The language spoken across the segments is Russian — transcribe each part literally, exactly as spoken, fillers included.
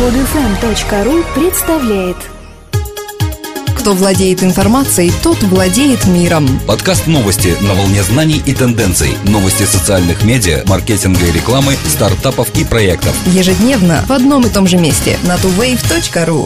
под эф эм точка ру представляет. Кто владеет информацией, тот владеет миром. Подкаст «Новости» на волне знаний и тенденций. Новости социальных медиа, маркетинга и рекламы, стартапов и проектов. Ежедневно в одном и том же месте на ту вейв точка ру.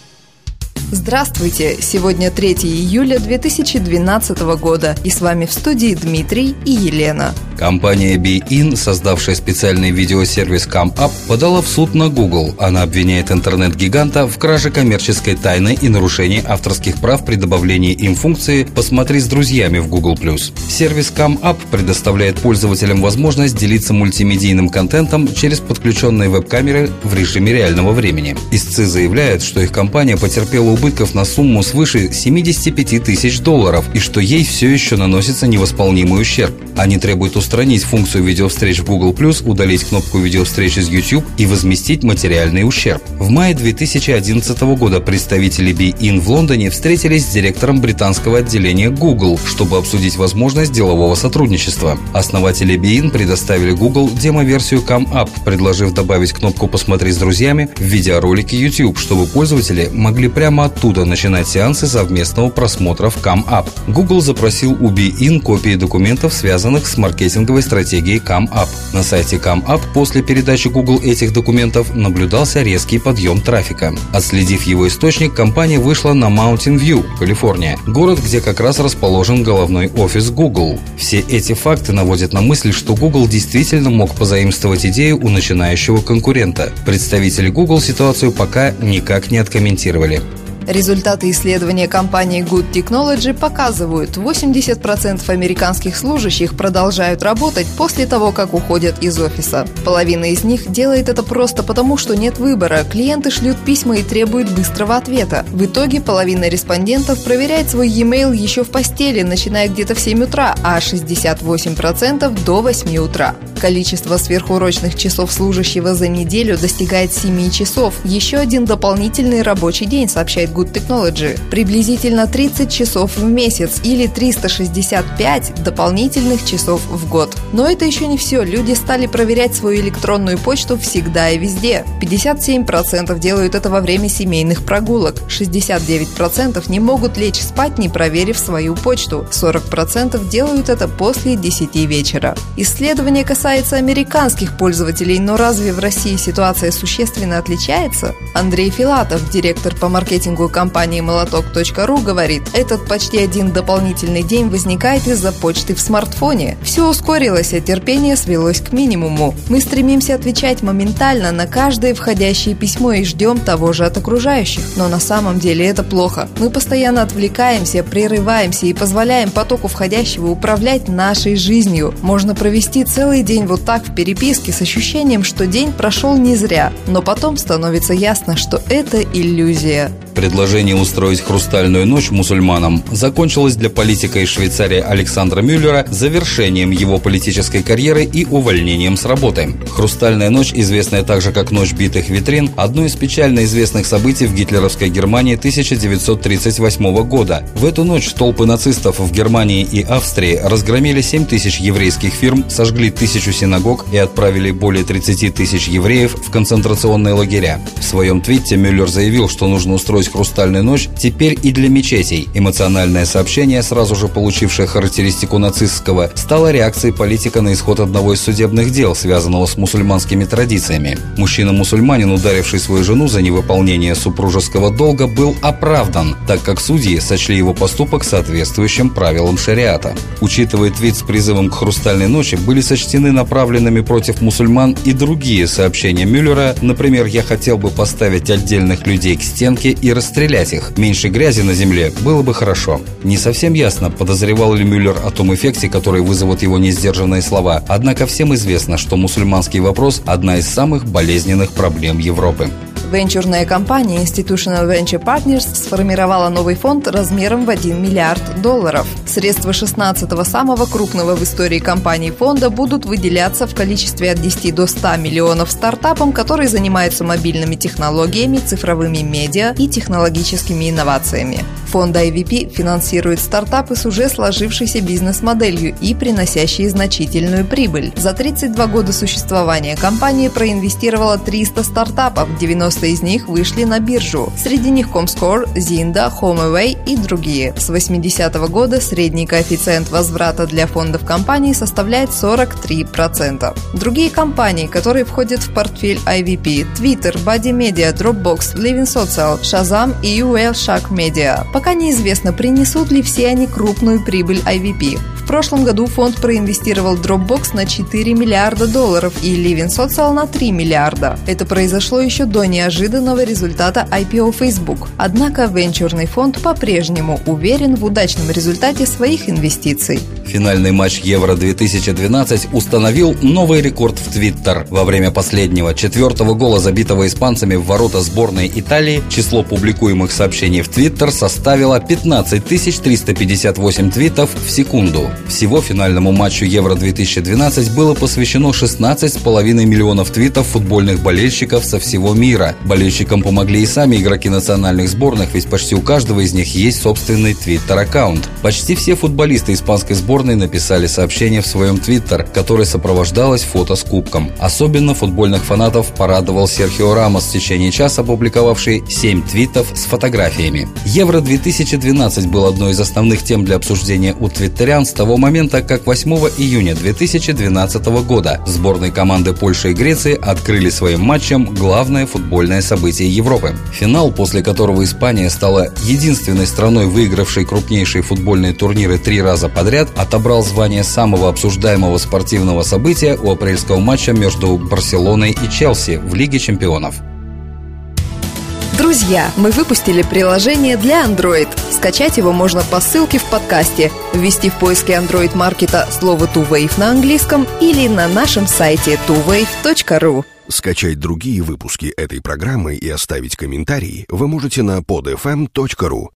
Здравствуйте! Сегодня третьего июля две тысячи двенадцатого года, и с вами в студии Дмитрий и Елена. Компания Be.in, создавшая специальный видеосервис CamUp, подала в суд на Google. Она обвиняет интернет-гиганта в краже коммерческой тайны и нарушении авторских прав при добавлении им функции «Посмотри с друзьями» в Google плюс. Сервис CamUp предоставляет пользователям возможность делиться мультимедийным контентом через подключенные веб-камеры в режиме реального времени. Истцы заявляют, что их компания потерпела убытков на сумму свыше семьдесят пять тысяч долларов и что ей все еще наносится невосполнимый ущерб. Они требуют устранить функцию видеовстреч в Google плюс, удалить кнопку видеовстреч из YouTube и возместить материальный ущерб. В мае две тысячи одиннадцатого года представители Be.in в Лондоне встретились с директором британского отделения Google, чтобы обсудить возможность делового сотрудничества. Основатели Be.in предоставили Google демо-версию CamUp, предложив добавить кнопку «Посмотри с друзьями» в видеоролике YouTube, чтобы пользователи могли прямо оттуда начинать сеансы совместного просмотра в CamUp. Google запросил у Be.in копии документов, связанных с маркетинговой стратегией CamUp. На сайте CamUp после передачи Google этих документов наблюдался резкий подъем трафика. Отследив его источник, компания вышла на Mountain View, Калифорния, город, где как раз расположен головной офис Google. Все эти факты наводят на мысль, что Google действительно мог позаимствовать идею у начинающего конкурента. Представители Google ситуацию пока никак не откомментировали. Результаты исследования компании Good Technology показывают, восемьдесят процентов американских служащих продолжают работать после того, как уходят из офиса. Половина из них делает это просто потому, что нет выбора. Клиенты шлют письма и требуют быстрого ответа. В итоге половина респондентов проверяет свой e-mail еще в постели, начиная где-то в семь утра, а шестьдесят восемь процентов до восьми утра. Количество сверхурочных часов служащего за неделю достигает семи часов. Еще один дополнительный рабочий день, сообщает Good Technology. Приблизительно тридцать часов в месяц или триста шестьдесят пять дополнительных часов в год. Но это еще не все. Люди стали проверять свою электронную почту всегда и везде. пятьдесят семь процентов делают это во время семейных прогулок. шестьдесят девять процентов не могут лечь спать, не проверив свою почту. сорок процентов делают это после десяти вечера. Исследование касается американских пользователей, но разве в России ситуация существенно отличается? Андрей Филатов, директор по маркетингу компании молоток точка ру, говорит, этот почти один дополнительный день возникает из-за почты в смартфоне. Все ускорилось, а терпение свелось к минимуму. Мы стремимся отвечать моментально на каждое входящее письмо и ждем того же от окружающих. Но на самом деле это плохо. Мы постоянно отвлекаемся, прерываемся и позволяем потоку входящего управлять нашей жизнью. Можно провести целый день вот так в переписке с ощущением, что день прошел не зря. Но потом становится ясно, что это иллюзия. Предложение устроить хрустальную ночь мусульманам закончилось для политика из Швейцарии Александра Мюллера завершением его политической карьеры и увольнением с работы. Хрустальная ночь, известная также как Ночь битых витрин, одно из печально известных событий в гитлеровской Германии тысяча девятьсот тридцать восьмого года. В эту ночь толпы нацистов в Германии и Австрии разгромили семь тысяч еврейских фирм, сожгли тысячу синагог и отправили более тридцати тысяч евреев в концентрационные лагеря. В своем твите Мюллер заявил, что нужно устроить хрустальную ночь теперь и для мечетей. Эмоциональное сообщение, сразу же получившее характеристику нацистского, стало реакцией политика на исход одного из судебных дел, связанного с мусульманскими традициями. Мужчина-мусульманин, ударивший свою жену за невыполнение супружеского долга, был оправдан, так как судьи сочли его поступок соответствующим правилам шариата. Учитывая твит с призывом к хрустальной ночи, были сочтены направленными против мусульман и другие сообщения Мюллера, например, «Я хотел бы поставить отдельных людей к стенке и расстрелять их. Меньше грязи на земле было бы хорошо». Не совсем ясно, подозревал ли Мюллер о том эффекте, который вызовут его несдержанные слова. Однако всем известно, что мусульманский вопрос – одна из самых болезненных проблем Европы. Венчурная компания Institutional Venture Partners сформировала новый фонд размером в один миллиард долларов. Средства шестнадцатого самого крупного в истории компании фонда будут выделяться в количестве от десяти до ста миллионов стартапам, которые занимаются мобильными технологиями, цифровыми медиа и технологическими инновациями. Фонд ай ви пи финансирует стартапы с уже сложившейся бизнес-моделью и приносящие значительную прибыль. За тридцать два года существования компания проинвестировала триста стартапов, девяносто девяносто из них вышли на биржу. Среди них Comscore, Zynda, HomeAway и другие. С восьмидесятого года средний коэффициент возврата для фондов компаний составляет сорок три процента. Другие компании, которые входят в портфель ай ви пи – Twitter, Buddy Media, Dropbox, Living Social, Shazam и Whale Media. Пока неизвестно, принесут ли все они крупную прибыль ай ви пи. В прошлом году фонд проинвестировал Dropbox на четыре миллиарда долларов и Living Social на три миллиарда. Это произошло еще до неожиданного результата ай пи о Facebook. Однако венчурный фонд по-прежнему уверен в удачном результате своих инвестиций. Финальный матч Евро две тысячи двенадцать установил новый рекорд в Твиттер. Во время последнего, четвертого гола, забитого испанцами в ворота сборной Италии, число публикуемых сообщений в Твиттер составило пятнадцать тысяч триста пятьдесят восемь твитов в секунду. Всего финальному матчу Евро две тысячи двенадцать было посвящено шестнадцать с половиной миллионов твитов футбольных болельщиков со всего мира. Болельщикам помогли и сами игроки национальных сборных, ведь почти у каждого из них есть собственный твиттер-аккаунт. Почти все футболисты испанской сборной написали сообщение в своем твиттер, которое сопровождалось фото с кубком. Особенно футбольных фанатов порадовал Серхио Рамос, в течение часа опубликовавший семь твитов с фотографиями. Евро две тысячи двенадцать был одной из основных тем для обсуждения у твиттерян с того момента, как восьмого июня две тысячи двенадцатого года сборные команды Польши и Греции открыли своим матчем главное футбольное событие Европы. Финал, после которого Испания стала единственной страной, выигравшей крупнейшие футбольные турниры три раза подряд, отобрал звание самого обсуждаемого спортивного события у апрельского матча между Барселоной и Челси в Лиге чемпионов. Друзья, мы выпустили приложение для Android. Скачать его можно по ссылке в подкасте, ввести в поиске Android-маркета слово two-wave на английском или на нашем сайте two wave точка ru. Скачать другие выпуски этой программы и оставить комментарии вы можете на pod f m точка ru.